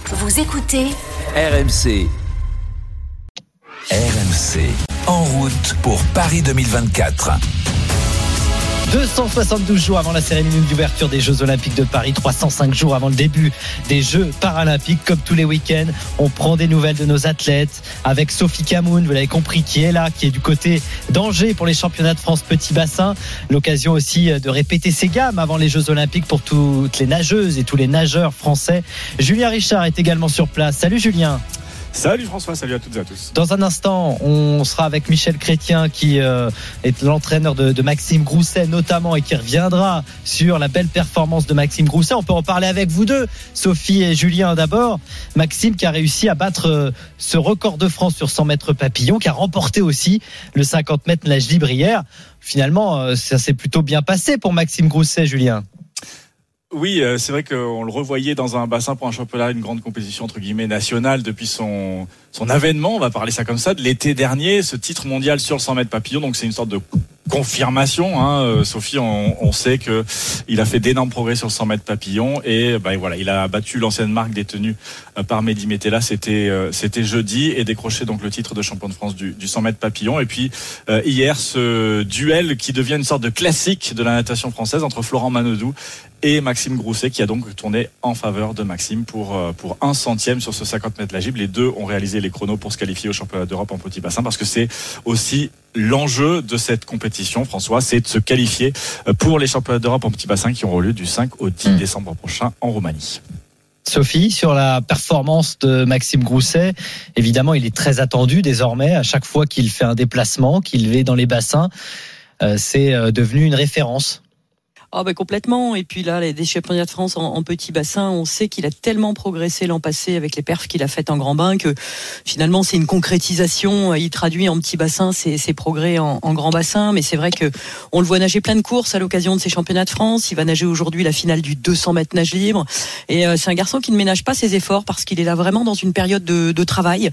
Vous écoutez RMC. RMC, en route pour Paris 2024. 272 jours avant la cérémonie d'ouverture des Jeux Olympiques de Paris, 305 jours avant le début des Jeux Paralympiques. Comme tous les week-ends, on prend des nouvelles de nos athlètes avec Sophie Camoun, vous l'avez compris, qui est là, qui est du côté d'Angers pour les championnats de France petit bassin. L'occasion aussi de répéter ses gammes avant les Jeux Olympiques pour toutes les nageuses et tous les nageurs français. Julien Richard est également sur place. Salut Julien. Salut François, salut à toutes et à tous. Dans un instant, on sera avec Michel Chrétien qui est l'entraîneur de Maxime Grousset notamment et qui reviendra sur la belle performance de Maxime Grousset. On peut en parler avec vous deux, Sophie et Julien d'abord. Maxime qui a réussi à battre ce record de France sur 100 mètres papillon, qui a remporté aussi le 50 mètres nage libre hier. Finalement, ça s'est plutôt bien passé pour Maxime Grousset, Julien. Oui, c'est vrai qu'on le revoyait dans un bassin pour un championnat, une grande compétition entre guillemets nationale depuis son avènement, on va parler ça comme ça, de l'été dernier, ce titre mondial sur le 100 mètres papillon. Donc c'est une sorte de confirmation, hein. Sophie, on sait que il a fait d'énormes progrès sur le 100 mètres papillon et voilà, il a battu l'ancienne marque détenue par Mehdi Metella, c'était jeudi, et décroché donc le titre de champion de France du 100 mètres papillon. Et puis hier, ce duel qui devient une sorte de classique de la natation française entre Florent Manodou et Maxime Grousset, qui a donc tourné en faveur de Maxime pour 1 centième sur ce 50 mètres nage libre. Les deux ont réalisé les chronos pour se qualifier au championnat d'Europe en petit bassin, parce que c'est aussi l'enjeu de cette compétition, François, c'est de se qualifier pour les championnats d'Europe en petit bassin qui auront lieu du 5 au 10 décembre prochain en Roumanie. Sophie, sur la performance de Maxime Grousset, évidemment, il est très attendu désormais. À chaque fois qu'il fait un déplacement, qu'il est dans les bassins, c'est devenu une référence. Complètement. Et puis là, les championnats de France en petit bassin, on sait qu'il a tellement progressé l'an passé avec les perfs qu'il a faites en grand bain que finalement c'est une concrétisation. Il traduit en petit bassin ses progrès en grand bassin. Mais c'est vrai que on le voit nager plein de courses à l'occasion de ces championnats de France. Il va nager aujourd'hui la finale du 200 mètres nage libre. Et c'est un garçon qui ne ménage pas ses efforts parce qu'il est là vraiment dans une période de travail.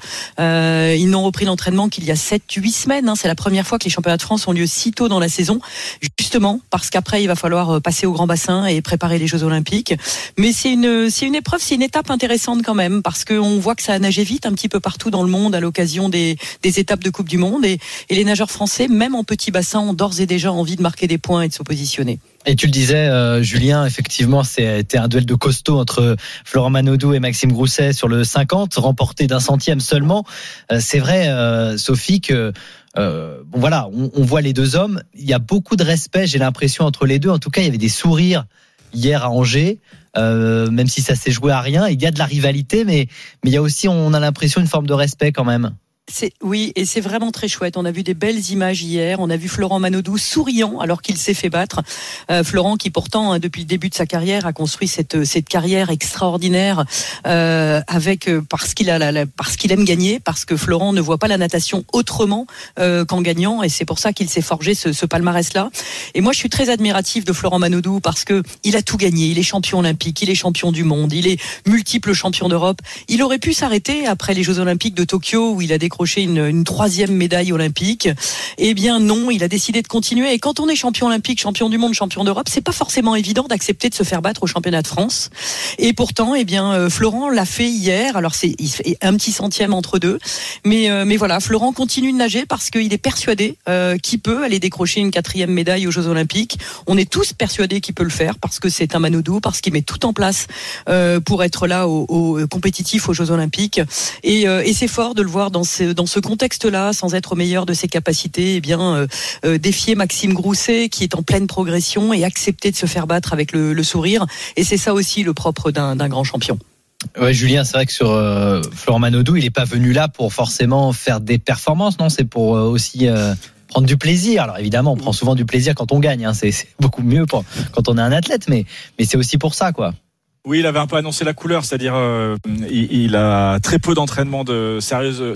Ils n'ont repris l'entraînement qu'il y a 7-8 semaines. C'est la première fois que les championnats de France ont lieu si tôt dans la saison. Justement parce qu'après il va falloir passer au grand bassin et préparer les Jeux Olympiques. Mais c'est une épreuve, c'est une étape intéressante quand même, parce qu'on voit que ça a nagé vite un petit peu partout dans le monde à l'occasion des étapes de Coupe du Monde, et les nageurs français, même en petit bassin, ont d'ores et déjà envie de marquer des points et de se positionner. Et tu le disais, Julien, effectivement, c'était un duel de costaud entre Florent Manodou et Maxime Grousset sur le 50, remporté d'1 centième seulement. C'est vrai, Sophie, que voilà, on voit les deux hommes. Il y a beaucoup de respect, j'ai l'impression, entre les deux. En tout cas, il y avait des sourires hier à Angers, même si ça s'est joué à rien. Il y a de la rivalité, mais il y a aussi, on a l'impression, une forme de respect quand même. Oui, et c'est vraiment très chouette. On a vu des belles images hier. On a vu Florent Manodou souriant alors qu'il s'est fait battre. Florent qui pourtant, depuis le début de sa carrière, a construit cette carrière extraordinaire parce qu'il aime gagner, parce que Florent ne voit pas la natation autrement qu'en gagnant, et c'est pour ça qu'il s'est forgé ce palmarès-là. Et moi, je suis très admiratif de Florent Manodou parce que il a tout gagné. Il est champion olympique, il est champion du monde, il est multiple champion d'Europe. Il aurait pu s'arrêter après les Jeux Olympiques de Tokyo où il a décroché une 3e médaille olympique. Eh bien non, il a décidé de continuer. Et quand on est champion olympique, champion du monde, champion d'Europe, c'est pas forcément évident d'accepter de se faire battre au championnat de France. Et pourtant, Florent l'a fait hier. Alors il fait un petit centième entre deux, mais voilà, Florent continue de nager parce qu'il est persuadé qu'il peut aller décrocher une 4e médaille aux Jeux Olympiques. On est tous persuadés qu'il peut le faire parce que c'est un Manodou, parce qu'il met tout en place pour être là au compétitif aux Jeux Olympiques. Et c'est fort de le voir dans ce contexte-là, sans être au meilleur de ses capacités, défier Maxime Grousset qui est en pleine progression et accepter de se faire battre avec le sourire. Et c'est ça aussi le propre d'un grand champion. Ouais, Julien, c'est vrai que sur Florent Manodou, il n'est pas venu là pour forcément faire des performances, non ? C'est pour aussi prendre du plaisir. Alors évidemment, on prend souvent du plaisir quand on gagne, hein. C'est beaucoup mieux quand on est un athlète, mais c'est aussi pour ça, quoi. Oui, il avait un peu annoncé la couleur, c'est-à-dire il a très peu d'entraînement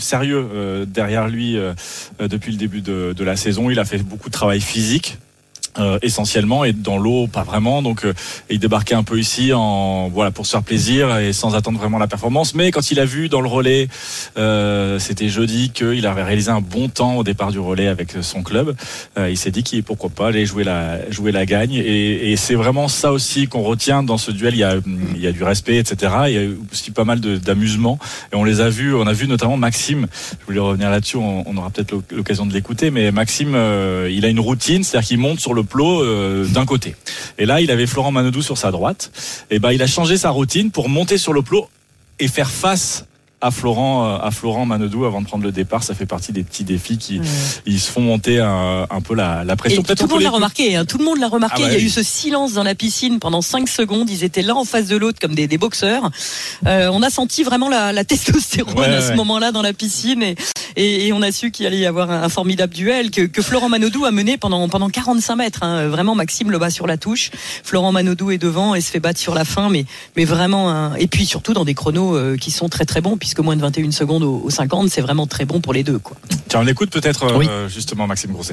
sérieux derrière lui depuis le début de la saison. Il a fait beaucoup de travail physique. essentiellement, et dans l'eau pas vraiment, donc il débarquait un peu ici pour se faire plaisir et sans attendre vraiment la performance. Mais quand il a vu dans le relais, c'était jeudi, qu'il avait réalisé un bon temps au départ du relais avec son club, il s'est dit pourquoi pas aller jouer la gagne, et c'est vraiment ça aussi qu'on retient dans ce duel. Il y a du respect, etc. Il y a aussi pas mal d'amusement, et on a vu notamment Maxime. Je voulais revenir là-dessus, on aura peut-être l'occasion de l'écouter, mais Maxime, il a une routine, c'est-à-dire qu'il monte sur le plot d'un côté. Et là, il avait Florent Manodou sur sa droite. Et il a changé sa routine pour monter sur le plot et faire face à Florent Manodou avant de prendre le départ. Ça fait partie des petits défis qui ils se font monter un peu la pression. Et tout le monde l'a remarqué. Tout le monde l'a remarqué. Il y a eu ce silence dans la piscine pendant 5 secondes. Ils étaient l'un en face de l'autre comme des boxeurs. On a senti vraiment la testostérone à ce moment-là dans la piscine, et on a su qu'il allait y avoir un formidable duel que Florent Manodou a mené pendant 45 mètres. Vraiment, Maxime le bat sur la touche. Florent Manodou est devant et se fait battre sur la fin, mais vraiment et puis surtout dans des chronos qui sont très très bons, puisque moins de 21 secondes au 50, c'est vraiment très bon pour les deux, quoi. Tiens, on écoute peut-être justement Maxime Grousset.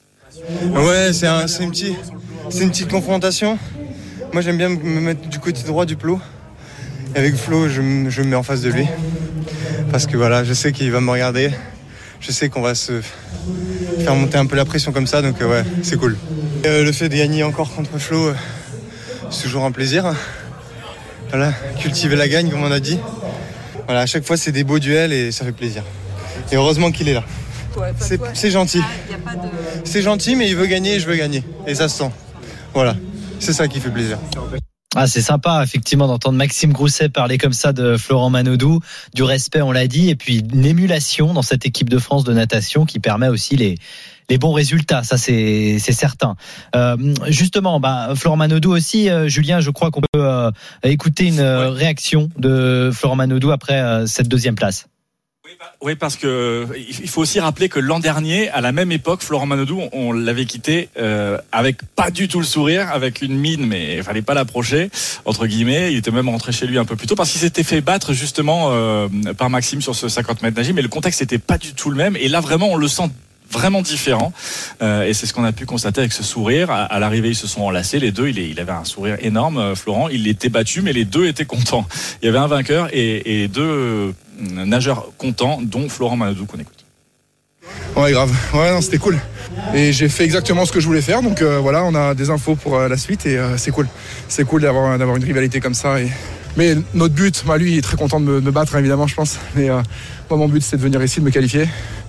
Ouais, c'est une petite confrontation. Moi, j'aime bien me mettre du côté droit du plot. Et avec Flo, je me mets en face de lui. Parce que voilà, je sais qu'il va me regarder. Je sais qu'on va se faire monter un peu la pression comme ça, donc ouais, c'est cool. Le fait de gagner encore contre Flo, c'est toujours un plaisir. Voilà, cultiver la gagne, comme on a dit. Voilà, à chaque fois, c'est des beaux duels et ça fait plaisir. Et heureusement qu'il est là. C'est gentil. C'est gentil, mais il veut gagner et je veux gagner. Et ça se sent. Voilà, c'est ça qui fait plaisir. C'est sympa, effectivement, d'entendre Maxime Grousset parler comme ça de Florent Manodou. Du respect, on l'a dit, et puis une émulation dans cette équipe de France de natation qui permet aussi les bons résultats, ça c'est certain. Justement, Florent Manodou aussi, Julien, je crois qu'on peut écouter une réaction de Florent Manodou après cette deuxième place. Oui, parce que il faut aussi rappeler que l'an dernier, à la même époque, Florent Manodou, on l'avait quitté avec pas du tout le sourire, avec une mine, mais il fallait pas l'approcher, entre guillemets. Il était même rentré chez lui un peu plus tôt parce qu'il s'était fait battre justement par Maxime sur ce 50 mètres nagé, mais le contexte n'était pas du tout le même. Et là, vraiment, on le sent vraiment différent, et c'est ce qu'on a pu constater avec ce sourire. À l'arrivée, ils se sont enlacés les deux. Il avait un sourire énorme, Florent. Il était battu, mais les deux étaient contents. Il y avait un vainqueur et deux nageurs contents, dont Florent Manodou, qu'on écoute. Ouais, grave. Ouais, non, c'était cool. Et j'ai fait exactement ce que je voulais faire. Donc voilà, on a des infos pour la suite, et c'est cool. C'est cool d'avoir une rivalité comme ça. Mais notre but, lui, il est très content de me battre, évidemment, je pense. Mais moi, mon but, c'est de venir ici, de me qualifier.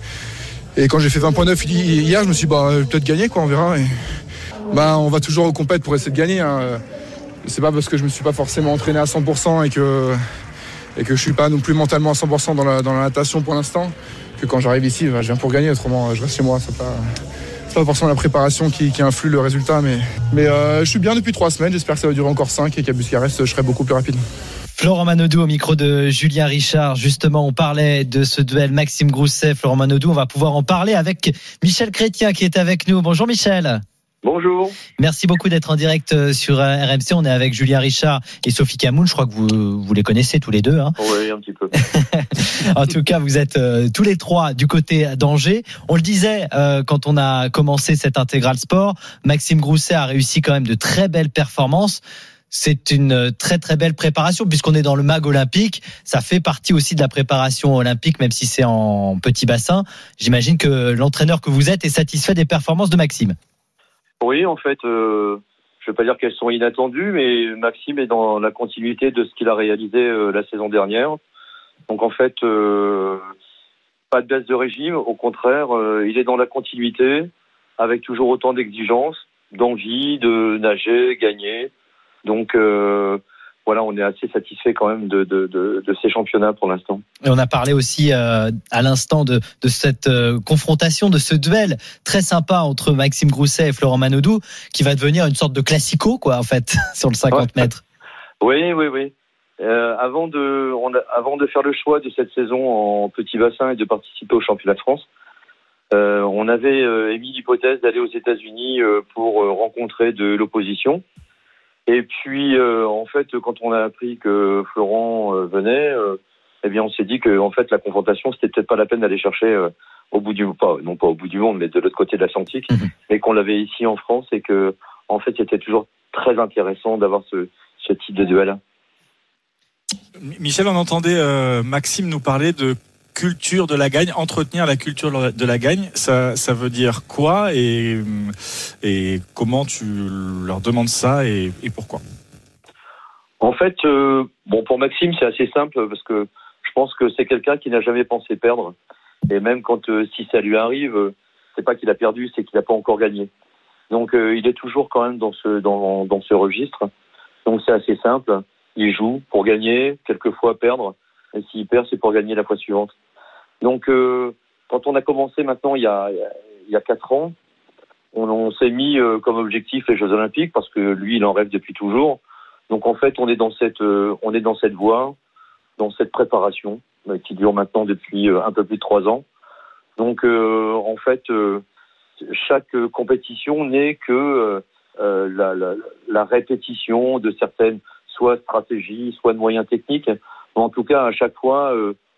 Et quand j'ai fait 20.9 hier, je me suis dit, peut-être gagner, quoi, on verra. Et, on va toujours au compète pour essayer de gagner. C'est pas parce que je me suis pas forcément entraîné à 100% et que je suis pas non plus mentalement à 100% dans la natation pour l'instant, que quand j'arrive ici, je viens pour gagner. Autrement, je reste chez moi. C'est pas forcément la préparation qui influe le résultat. Mais je suis bien depuis 3 semaines. J'espère que ça va durer encore 5 et qu'à Bucarest, je serai beaucoup plus rapide. Florent Manodou au micro de Julien Richard. Justement, on parlait de ce duel Maxime Grousset, Florent Manodou. On va pouvoir en parler avec Michel Chrétien qui est avec nous. Bonjour Michel. Bonjour. Merci beaucoup d'être en direct sur RMC. On est avec Julien Richard et Sophie Camoun. Je crois que vous les connaissez tous les deux. Oui, un petit peu. En tout cas, vous êtes tous les trois du côté d'Angers. On le disait quand on a commencé cet intégral sport, Maxime Grousset a réussi quand même de très belles performances. C'est une très très belle préparation puisqu'on est dans le MAG olympique. Ça fait partie aussi de la préparation olympique, même si c'est en petit bassin. J'imagine que l'entraîneur que vous êtes est satisfait des performances de Maxime. Oui, en fait, je ne vais pas dire qu'elles sont inattendues, mais Maxime est dans la continuité de ce qu'il a réalisé la saison dernière. Donc en fait, pas de baisse de régime. Au contraire, il est dans la continuité avec toujours autant d'exigences, d'envie de nager, gagner. Donc voilà, on est assez satisfait quand même de ces championnats pour l'instant. Et on a parlé aussi à l'instant de cette confrontation, de ce duel très sympa entre Maxime Grousset et Florent Manodou, qui va devenir une sorte de classico, quoi, en fait, sur le 50 mètres. Oui. Avant de faire le choix de cette saison en petit bassin et de participer au championnat de France, on avait émis l'hypothèse d'aller aux États-Unis pour rencontrer de l'opposition. Et puis, en fait, quand on a appris que Florent venait, eh bien, on s'est dit que en fait, la confrontation, c'était peut-être pas la peine d'aller chercher au bout non pas au bout du monde, mais de l'autre côté de l'Atlantique, mais qu'on l'avait ici en France et que, en fait, c'était toujours très intéressant d'avoir ce type de duel. Michel, on entendait Maxime nous parler de culture de la gagne, entretenir la culture de la gagne. Ça veut dire quoi et comment tu leur demandes ça et pourquoi? En fait, pour Maxime, c'est assez simple parce que je pense que c'est quelqu'un qui n'a jamais pensé perdre. Et même quand si ça lui arrive, c'est pas qu'il a perdu, c'est qu'il n'a pas encore gagné. Donc il est toujours quand même dans ce registre. Donc c'est assez simple. Il joue pour gagner, quelquefois perdre. Et s'il perd, c'est pour gagner la fois suivante. Donc quand on a commencé maintenant il y a 4 ans, on s'est mis comme objectif les Jeux Olympiques parce que lui il en rêve depuis toujours. Donc en fait on est dans cette voie, dans cette préparation qui dure maintenant depuis un peu plus de 3 ans. Donc en fait chaque compétition n'est que la répétition de certaines soit stratégies, soit de moyens techniques. Mais en tout cas à chaque fois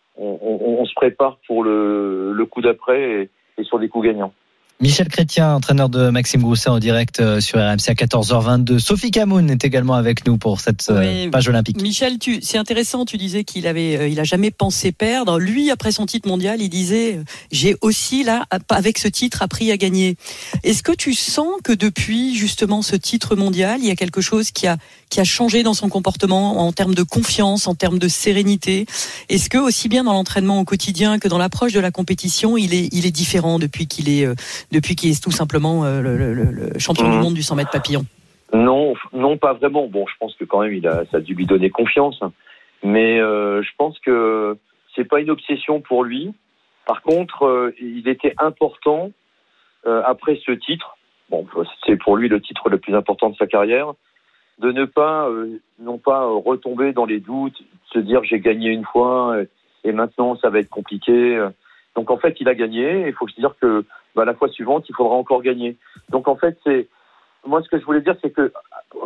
on se prépare pour le coup d'après et sur des coups gagnants. Michel Chrétien, entraîneur de Maxime Grousset en direct sur RMC à 14h22. Sophie Camoun est également avec nous pour cette page olympique. Michel, c'est intéressant, tu disais qu'il a jamais pensé perdre. Lui, après son titre mondial, il disait j'ai aussi là, avec ce titre, appris à gagner. Est-ce que tu sens que depuis justement ce titre mondial, il y a quelque chose qui a changé dans son comportement en termes de confiance, en termes de sérénité? Est-ce que aussi bien dans l'entraînement au quotidien que dans l'approche de la compétition, il est différent depuis qu'il est tout simplement le champion du monde du 100 mètres papillon? Non, pas vraiment. Bon, je pense que quand même ça a dû lui donner confiance, mais je pense que c'est pas une obsession pour lui. Par contre, il était important après ce titre. Bon, c'est pour lui le titre le plus important de sa carrière, de ne pas non pas retomber dans les doutes, se dire j'ai gagné une fois et maintenant ça va être compliqué. Donc en fait, il a gagné. Il faut se dire que la fois suivante, il faudra encore gagner. Donc en fait, moi ce que je voulais dire, c'est que,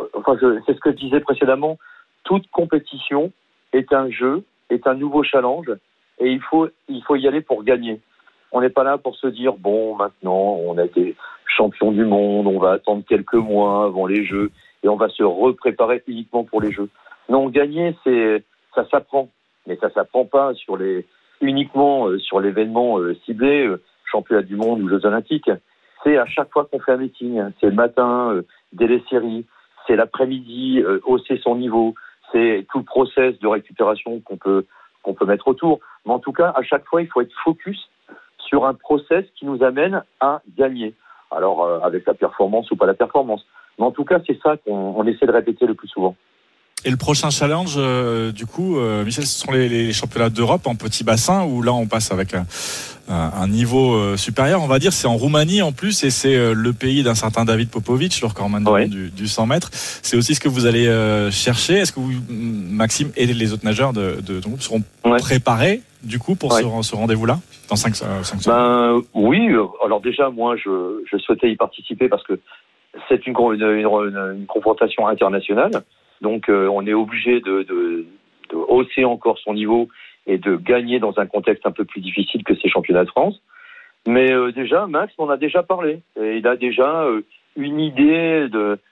c'est ce que je disais précédemment, toute compétition est un jeu, est un nouveau challenge, et il faut y aller pour gagner. On n'est pas là pour se dire bon, maintenant on a été champion du monde, on va attendre quelques mois avant les Jeux et on va se repréparer uniquement pour les Jeux. Non, gagner, ça s'apprend, mais ça s'apprend pas uniquement sur l'événement ciblé, championnat du monde ou Jeux Olympiques. C'est à chaque fois qu'on fait un meeting, c'est le matin, dès les séries, c'est l'après-midi, hausser son niveau, c'est tout le process de récupération qu'on peut mettre autour. Mais en tout cas, à chaque fois, il faut être focus sur un process qui nous amène à gagner. Alors, avec la performance ou pas la performance. Mais en tout cas, c'est ça qu'on essaie de répéter le plus souvent. Et le prochain challenge, du coup, Michel, ce sont les championnats d'Europe en petit bassin, où là, on passe avec un niveau supérieur, on va dire. C'est en Roumanie, en plus, et c'est le pays d'un certain David Popovic, le recordman du 100 mètres. C'est aussi ce que vous allez chercher. Est-ce que vous, Maxime et les autres nageurs de ton groupe seront préparés, du coup, pour ce rendez-vous-là, dans 5 semaines? Oui. Alors déjà, moi, je souhaitais y participer parce que c'est une confrontation internationale. Donc, on est obligé de hausser encore son niveau et de gagner dans un contexte un peu plus difficile que ces championnats de France. Mais déjà, Max en a déjà parlé. Et il a déjà une idée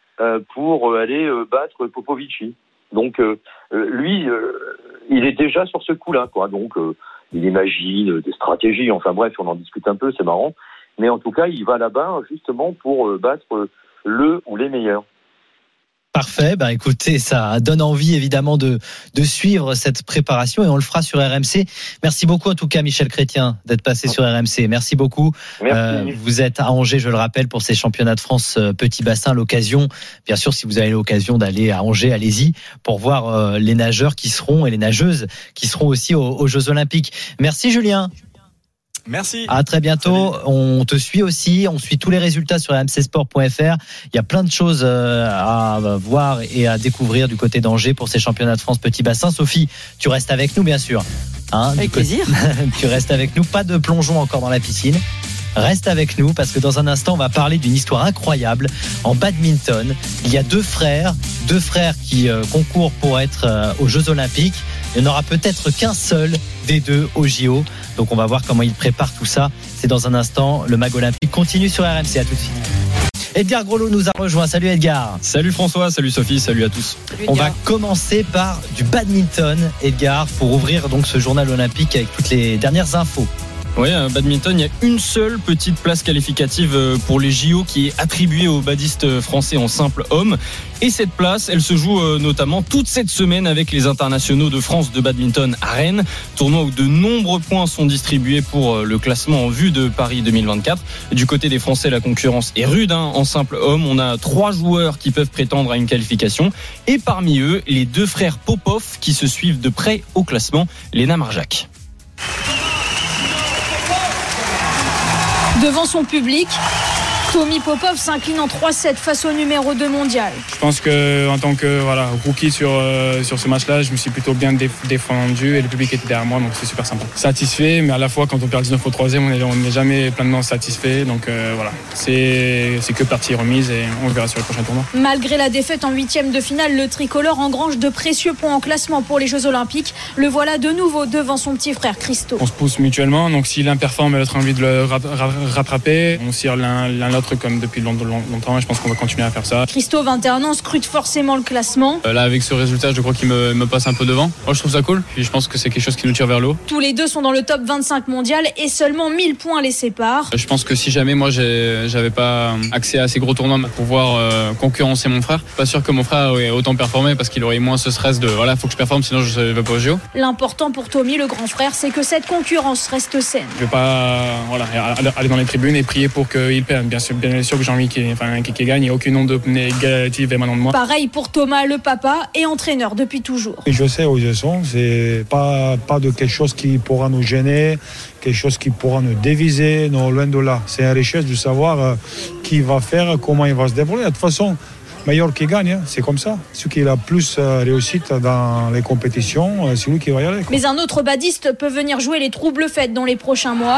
pour aller battre Popovici. Donc, lui, il est déjà sur ce coup-là, quoi. Donc, il imagine des stratégies. Enfin bref, on en discute un peu, c'est marrant. Mais en tout cas, il va là-bas justement pour battre le ou les meilleurs. Parfait, écoutez, ça donne envie évidemment de suivre cette préparation et on le fera sur RMC. Merci beaucoup en tout cas Michel Chrétien d'être passé sur RMC. Merci beaucoup. Merci. Vous êtes à Angers, je le rappelle, pour ces championnats de France petit bassin. L'occasion, bien sûr, si vous avez l'occasion d'aller à Angers, allez-y pour voir les nageurs qui seront et les nageuses qui seront aussi aux Jeux Olympiques. Merci Julien. Merci. À très bientôt. Salut. On te suit aussi. On suit tous les résultats sur rmcsport.fr. Il y a plein de choses à voir et à découvrir du côté d'Angers pour ces championnats de France petit bassin. Sophie, tu restes avec nous, bien sûr. Avec plaisir. Tu restes avec nous. Pas de plongeon encore dans la piscine. Reste avec nous parce que dans un instant, on va parler d'une histoire incroyable en badminton. Il y a deux frères qui concourent pour être aux Jeux Olympiques. Il n'y en aura peut-être qu'un seul des deux au JO. Donc on va voir comment ils préparent tout ça. C'est dans un instant. Le Mag Olympique continue sur RMC. À tout de suite. Edgar Grolot nous a rejoint. Salut Edgar. Salut François, salut Sophie, salut à tous. On va commencer par du badminton, Edgar, pour ouvrir donc ce journal olympique avec toutes les dernières infos. Oui, badminton, il y a une seule petite place qualificative pour les JO qui est attribuée aux badistes français en simple homme. Et cette place, elle se joue notamment toute cette semaine avec les internationaux de France de badminton à Rennes. Tournoi où de nombreux points sont distribués pour le classement en vue de Paris 2024. Du côté des Français, la concurrence est rude. En simple homme, on a 3 joueurs qui peuvent prétendre à une qualification. Et parmi eux, les 2 frères Popov qui se suivent de près au classement, Léna Marjac. Devant son public, Tommy Popov s'incline en 3-7 face au numéro 2 mondial. Je pense qu'en tant que rookie sur ce match-là, je me suis plutôt bien défendu et le public était derrière moi, donc c'est super sympa. Satisfait, mais à la fois quand on perd 19 au 3e, on n'est jamais pleinement satisfait. Donc c'est que partie remise et on verra sur le prochain tournoi. Malgré la défaite en 8e de finale, le tricolore engrange de précieux points en classement pour les Jeux Olympiques. Le voilà de nouveau devant son petit frère Christo. On se pousse mutuellement, donc si l'un performe et l'autre a envie de le rattraper, on tire l'un l'autre comme depuis longtemps et je pense qu'on va continuer à faire ça. Christo, 21 ans, scrute forcément le classement. Là avec ce résultat, je crois qu'il me passe un peu devant. Moi je trouve ça cool, puis je pense que c'est quelque chose qui nous tire vers le haut. Tous les deux sont dans le top 25 mondial et seulement 1000 points les séparent. Je pense que si jamais moi j'avais pas accès à ces gros tournois pour pouvoir concurrencer mon frère, pas sûr que mon frère aurait autant performé parce qu'il aurait moins ce stress de faut que je performe sinon je ne vais pas au JO. L'important pour Tommy, le grand frère, c'est que cette concurrence reste saine. Je vais pas aller dans les tribunes et prier pour qu'il perde. Bien sûr que j'ai envie qu'il gagne, il n'y a aucune onde négative émanant de moi. Pareil pour Thomas, le papa et entraîneur depuis toujours. Et je sais où ils sont, c'est pas de quelque chose qui pourra nous gêner, quelque chose qui pourra nous déviser, non, loin de là. C'est une richesse de savoir qui va faire, comment il va se débrouiller. De toute façon, meilleur qui gagne, c'est comme ça. Celui qui a la plus réussite dans les compétitions, c'est lui qui va y aller. Mais un autre badiste peut venir jouer les troubles fêtes dans les prochains mois.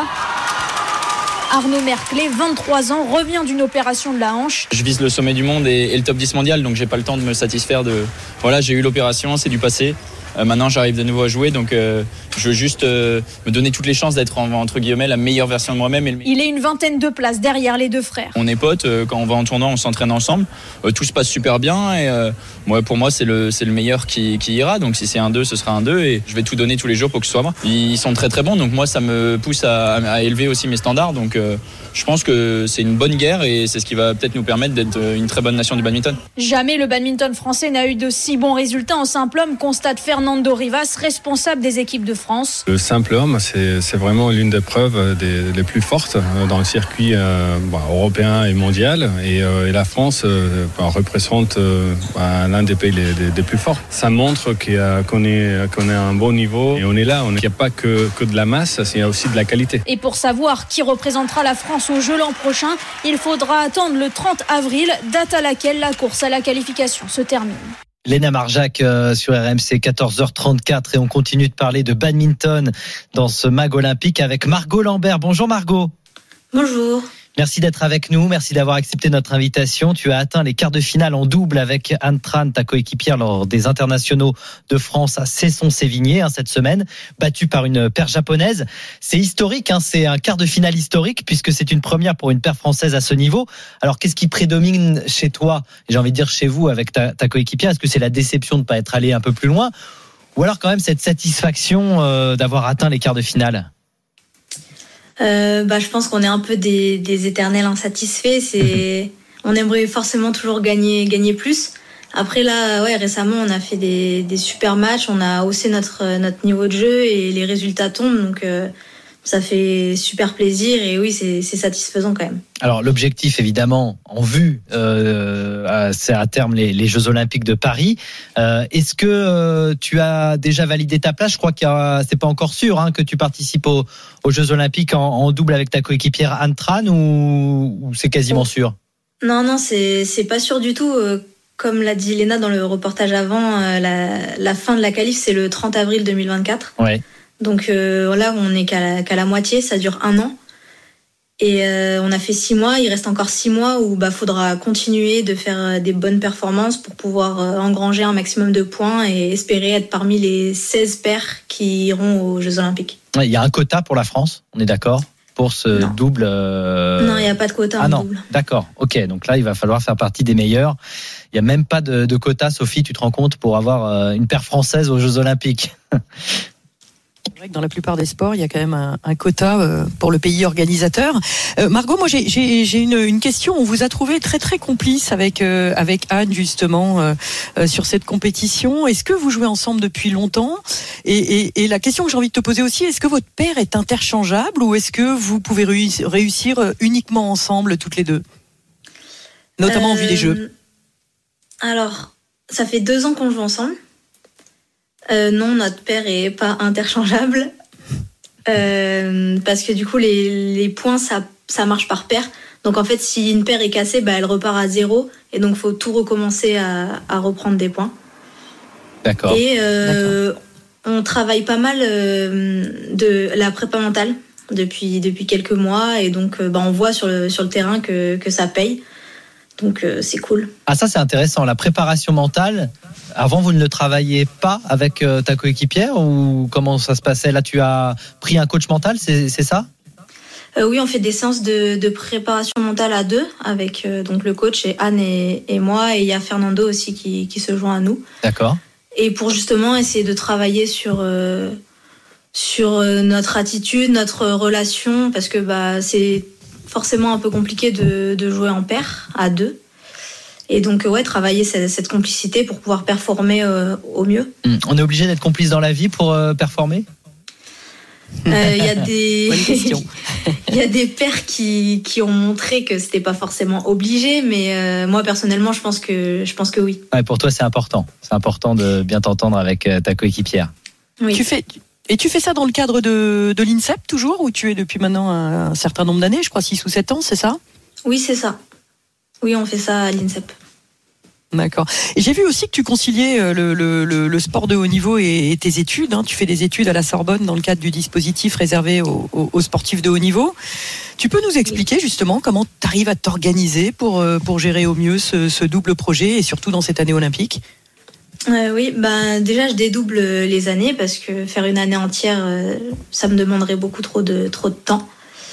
Arnaud Merclé, 23 ans, revient d'une opération de la hanche. Je vise le sommet du monde et le top 10 mondial, donc j'ai pas le temps de me satisfaire de... j'ai eu l'opération, c'est du passé. Maintenant j'arrive de nouveau à jouer, donc je veux juste me donner toutes les chances d'être entre guillemets la meilleure version de moi-même. Il est une vingtaine de places derrière les 2 frères. On est potes, quand on va en tournoi on s'entraîne ensemble, tout se passe super bien et pour moi c'est le meilleur qui ira, donc si c'est un 2 ce sera un 2 et je vais tout donner tous les jours pour que ce soit moi. Ils sont très très bons, donc moi ça me pousse à élever aussi mes standards, donc je pense que c'est une bonne guerre et c'est ce qui va peut-être nous permettre d'être une très bonne nation du badminton. Jamais le badminton français n'a eu de si bons résultats en simple homme, constate Fernando Rivas, responsable des équipes de France. Le simple homme, c'est vraiment l'une des preuves les plus fortes dans le circuit européen et mondial. Et la France représente l'un des pays les plus forts. Ça montre qu'on est à un bon niveau et on est là. Il n'y a pas que de la masse, il y a aussi de la qualité. Et pour savoir qui représentera la France aux Jeux l'an prochain, il faudra attendre le 30 avril, date à laquelle la course à la qualification se termine. Léna Marjac sur RMC, 14h34 et on continue de parler de badminton dans ce Mag Olympique avec Margot Lambert. Bonjour Margot. Bonjour. Merci d'être avec nous, merci d'avoir accepté notre invitation. Tu as atteint les quarts de finale en double avec Anh Tran, ta coéquipière lors des internationaux de France à Cesson-Sévigné cette semaine, battue par une paire japonaise. C'est historique, c'est un quart de finale historique puisque c'est une première pour une paire française à ce niveau. Alors qu'est-ce qui prédomine chez toi, j'ai envie de dire chez vous avec ta coéquipière? Est-ce que c'est la déception de ne pas être allé un peu plus loin ou alors quand même cette satisfaction d'avoir atteint les quarts de finale? Je pense qu'on est un peu des éternels insatisfaits. On aimerait forcément toujours gagner plus. Après là, récemment on a fait des super matchs, on a haussé notre niveau de jeu et les résultats tombent, donc ça fait super plaisir et oui, c'est satisfaisant quand même. Alors l'objectif évidemment en vue, c'est à terme les Jeux Olympiques de Paris. Est-ce que tu as déjà validé ta place? Je crois que c'est pas encore sûr que tu participes aux Jeux Olympiques en double avec ta coéquipière Anh Tran ou c'est quasiment sûr? Non, c'est pas sûr du tout. Comme l'a dit Léna dans le reportage avant, la fin de la qualif c'est le 30 avril 2024. Ouais. Donc là on n'est qu'à la moitié, ça dure 1 an. Et on a fait 6 mois, il reste encore 6 mois où faudra continuer de faire des bonnes performances pour pouvoir engranger un maximum de points et espérer être parmi les 16 pairs qui iront aux Jeux Olympiques. Il y a un quota pour la France, on est d'accord, pour ce double Non, il n'y a pas de quota en double. D'accord, ok, donc là il va falloir faire partie des meilleurs. Il n'y a même pas de quota, Sophie, tu te rends compte, pour avoir une paire française aux Jeux Olympiques. C'est vrai que dans la plupart des sports, il y a quand même un quota pour le pays organisateur. Margot, moi j'ai une question. On vous a trouvé très très complice avec Anne justement sur cette compétition. Est-ce que vous jouez ensemble depuis longtemps ? Et la question que j'ai envie de te poser aussi, est-ce que votre paire est interchangeable ou est-ce que vous pouvez réussir uniquement ensemble toutes les deux, notamment en vue des Jeux ? Alors, ça fait 2 ans qu'on joue ensemble. Non, notre paire est pas interchangeable parce que du coup les points ça marche par paire. Donc en fait, si une paire est cassée, elle repart à 0 et donc faut tout recommencer à reprendre des points. D'accord. Et on travaille pas mal de la prépa mentale depuis quelques mois et donc on voit sur le terrain que ça paye. Donc c'est cool. Ah, ça c'est intéressant, la préparation mentale. Avant, vous ne le travailliez pas avec ta coéquipière ou comment ça se passait ? Là, tu as pris un coach mental, c'est ça ? Oui, on fait des séances de préparation mentale à 2 avec donc le coach et Anne et moi, et il y a Fernando aussi qui se joint à nous. D'accord. Et pour justement essayer de travailler sur notre attitude, notre relation, parce que c'est forcément un peu compliqué de jouer en paire à 2. Et donc, travailler cette complicité pour pouvoir performer au mieux. On est obligé d'être complice dans la vie pour performer ? Il y a des pairs qui ont montré que c'était pas forcément obligé, mais moi personnellement, je pense que oui. Ouais, pour toi, c'est important. C'est important de bien t'entendre avec ta coéquipière. Oui. Tu fais ça dans le cadre de l'INSEP toujours, où tu es depuis maintenant un certain nombre d'années, je crois 6 ou 7 ans, c'est ça ? Oui, c'est ça. Oui, on fait ça à l'INSEP. D'accord. Et j'ai vu aussi que tu conciliais le sport de haut niveau et tes études. Tu fais des études à la Sorbonne dans le cadre du dispositif réservé aux sportifs de haut niveau. Tu peux nous expliquer justement comment tu arrives à t'organiser pour gérer au mieux ce double projet et surtout dans cette année olympique ? Oui, déjà je dédouble les années parce que faire une année entière, ça me demanderait beaucoup trop de temps.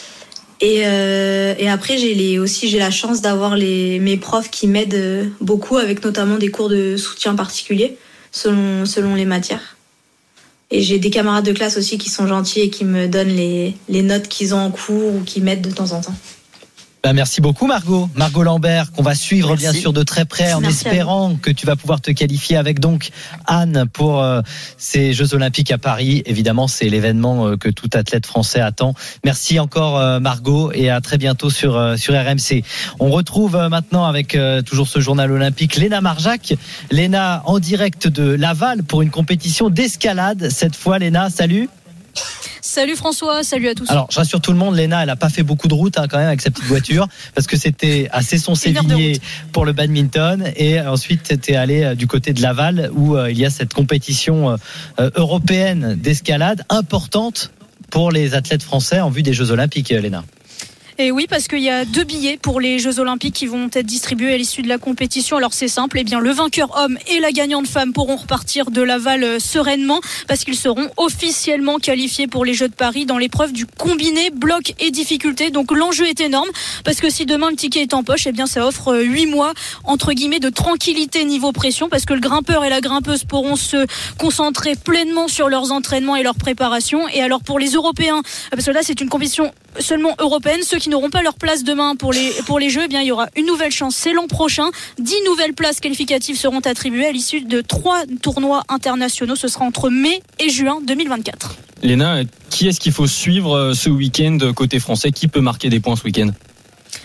Et après j'ai la chance d'avoir mes profs qui m'aident beaucoup avec notamment des cours de soutien particuliers selon les matières. Et j'ai des camarades de classe aussi qui sont gentils et qui me donnent les notes qu'ils ont en cours ou qui m'aident de temps en temps. Merci beaucoup Margot Lambert, qu'on va suivre bien sûr de très près en espérant que tu vas pouvoir te qualifier avec donc Anne pour ces Jeux Olympiques à Paris. Évidemment, c'est l'événement que tout athlète français attend. Merci encore Margot et à très bientôt sur RMC. On retrouve maintenant avec toujours ce journal olympique Léna Marjac. Léna en direct de Laval pour une compétition d'escalade. Cette fois Léna, salut. Salut François, salut à tous. Alors, je rassure tout le monde, Léna, elle n'a pas fait beaucoup de route quand même avec sa petite voiture parce que c'était à Cesson-Sévigné pour le badminton et ensuite c'était allé du côté de Laval où il y a cette compétition européenne d'escalade importante pour les athlètes français en vue des Jeux Olympiques, Léna. Et oui, parce qu'il y a 2 billets pour les Jeux Olympiques qui vont être distribués à l'issue de la compétition. Alors c'est simple, le vainqueur homme et la gagnante femme pourront repartir de Laval sereinement parce qu'ils seront officiellement qualifiés pour les Jeux de Paris dans l'épreuve du combiné bloc et difficulté. Donc l'enjeu est énorme parce que si demain le ticket est en poche, ça offre 8 mois entre guillemets de tranquillité niveau pression parce que le grimpeur et la grimpeuse pourront se concentrer pleinement sur leurs entraînements et leur préparation. Et alors pour les Européens, parce que là c'est une compétition seulement européenne, ceux qui n'auront pas leur place demain pour les Jeux, il y aura une nouvelle chance, c'est l'an prochain. 10 nouvelles places qualificatives seront attribuées à l'issue de 3 tournois internationaux. Ce sera entre mai et juin 2024. Léna, qui est-ce qu'il faut suivre ce week-end côté français ? Qui peut marquer des points ce week-end ?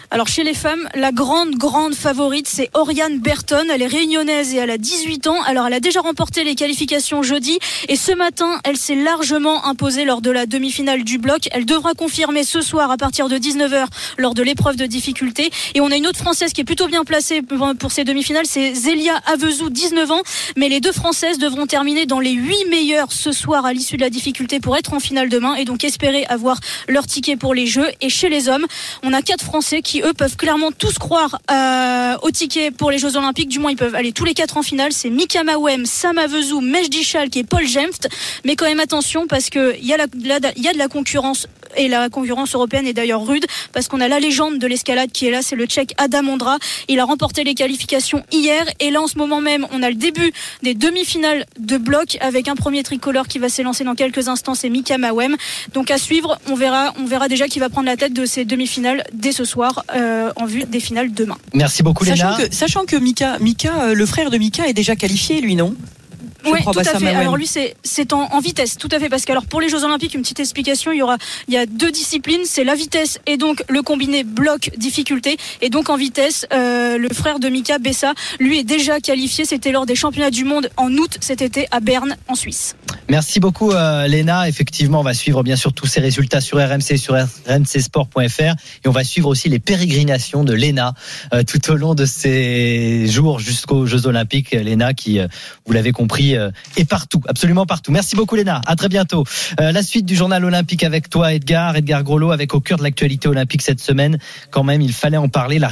Alors chez les femmes, la grande favorite, c'est Oriane Berton. Elle est réunionnaise et elle a 18 ans. Alors elle a déjà remporté les qualifications jeudi et ce matin, elle s'est largement imposée lors de la demi-finale du bloc. Elle devra confirmer ce soir à partir de 19h lors de l'épreuve de difficulté. Et on a une autre Française qui est plutôt bien placée pour ces demi-finales, c'est Zélia Avezou, 19 ans. Mais les deux Françaises devront terminer dans les 8 meilleures ce soir à l'issue de la difficulté pour être en finale demain et donc espérer avoir leur ticket pour les Jeux. Et chez les hommes, on a 4 Français qui eux peuvent clairement tous croire au ticket pour les Jeux Olympiques. Du moins ils peuvent aller tous les 4 en finale. C'est Mika Mawem, Sam Avezou, Mejdi Schalk et Paul Jemft. Mais quand même attention parce que il y a de la concurrence et la concurrence européenne est d'ailleurs rude parce qu'on a la légende de l'escalade qui est là, c'est le Tchèque Adam Ondra. Il a remporté les qualifications hier et là en ce moment même on a le début des demi-finales de bloc avec un premier tricolore qui va s'élancer dans quelques instants, c'est Mika Mawem. Donc à suivre, on verra déjà qui va prendre la tête de ces demi-finales dès ce soir en vue des finales demain. Merci beaucoup Léna. Sachant que Mika, le frère de Mika est déjà qualifié lui, non ? Oui, tout à fait. Alors lui, c'est en vitesse, tout à fait, parce que alors pour les Jeux Olympiques, une petite explication, il y a 2 disciplines, c'est la vitesse et donc le combiné bloc difficulté. Et donc en vitesse, le frère de Mika, Bessa, lui est déjà qualifié. C'était lors des championnats du monde en août cet été à Berne, en Suisse. Merci beaucoup Léna. Effectivement, on va suivre bien sûr tous ces résultats sur RMC, sur rmcsport.fr et on va suivre aussi les pérégrinations de Léna tout au long de ces jours jusqu'aux Jeux Olympiques. Léna qui, vous l'avez compris, est partout, absolument partout. Merci beaucoup Léna, à très bientôt. La suite du journal olympique avec toi Edgar Grolot, avec au cœur de l'actualité olympique cette semaine. Quand même, il fallait en parler, la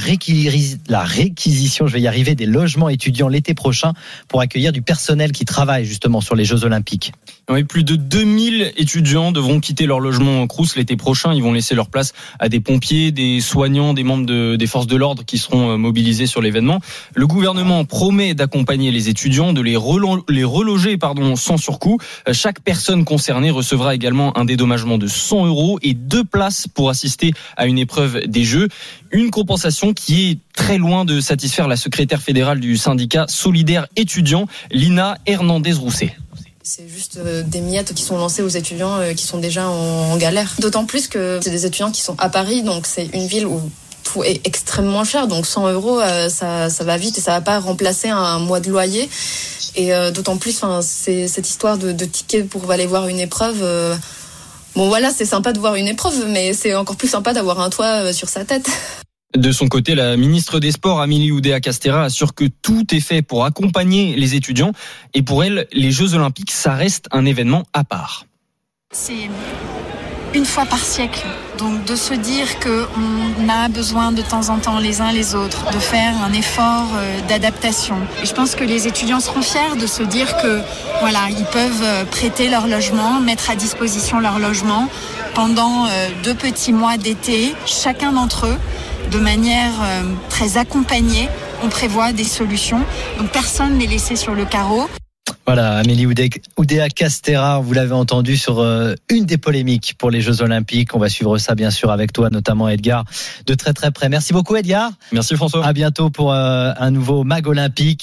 réquisition, je vais y arriver, des logements étudiants l'été prochain pour accueillir du personnel qui travaille justement sur les Jeux Olympiques. Oui, plus de 2000 étudiants devront quitter leur logement en Crous l'été prochain. Ils vont laisser leur place à des pompiers, des soignants, des membres des forces de l'ordre qui seront mobilisés sur l'événement. Le gouvernement promet d'accompagner les étudiants, de les reloger sans surcoût. Chaque personne concernée recevra également un dédommagement de 100 € et 2 places pour assister à une épreuve des Jeux. Une compensation qui est très loin de satisfaire la secrétaire fédérale du syndicat solidaire étudiant, Lina Hernandez-Rousset. C'est juste des miettes qui sont lancées aux étudiants qui sont déjà en galère. D'autant plus que c'est des étudiants qui sont à Paris, donc c'est une ville où tout est extrêmement cher. Donc 100 €, ça va vite et ça va pas remplacer un mois de loyer. Et d'autant plus, c'est cette histoire de tickets pour aller voir une épreuve. Bon voilà, c'est sympa de voir une épreuve, mais c'est encore plus sympa d'avoir un toit sur sa tête. De son côté, la ministre des Sports, Amélie Oudéa-Castéra, assure que tout est fait pour accompagner les étudiants. Et pour elle, les Jeux Olympiques, ça reste un événement à part. C'est une fois par siècle. Donc de se dire qu'on a besoin de temps en temps les uns les autres, de faire un effort d'adaptation. Et je pense que les étudiants seront fiers de se dire que voilà, ils peuvent prêter leur logement, mettre à disposition leur logement pendant 2 petits mois d'été, chacun d'entre eux, de manière très accompagnée. On prévoit des solutions. Donc personne n'est laissé sur le carreau. Voilà, Amélie Oudéa-Castéra, vous l'avez entendu sur une des polémiques pour les Jeux Olympiques. On va suivre ça bien sûr avec toi, notamment Edgar, de très très près. Merci beaucoup Edgar. Merci François. À bientôt pour un nouveau Mag Olympique.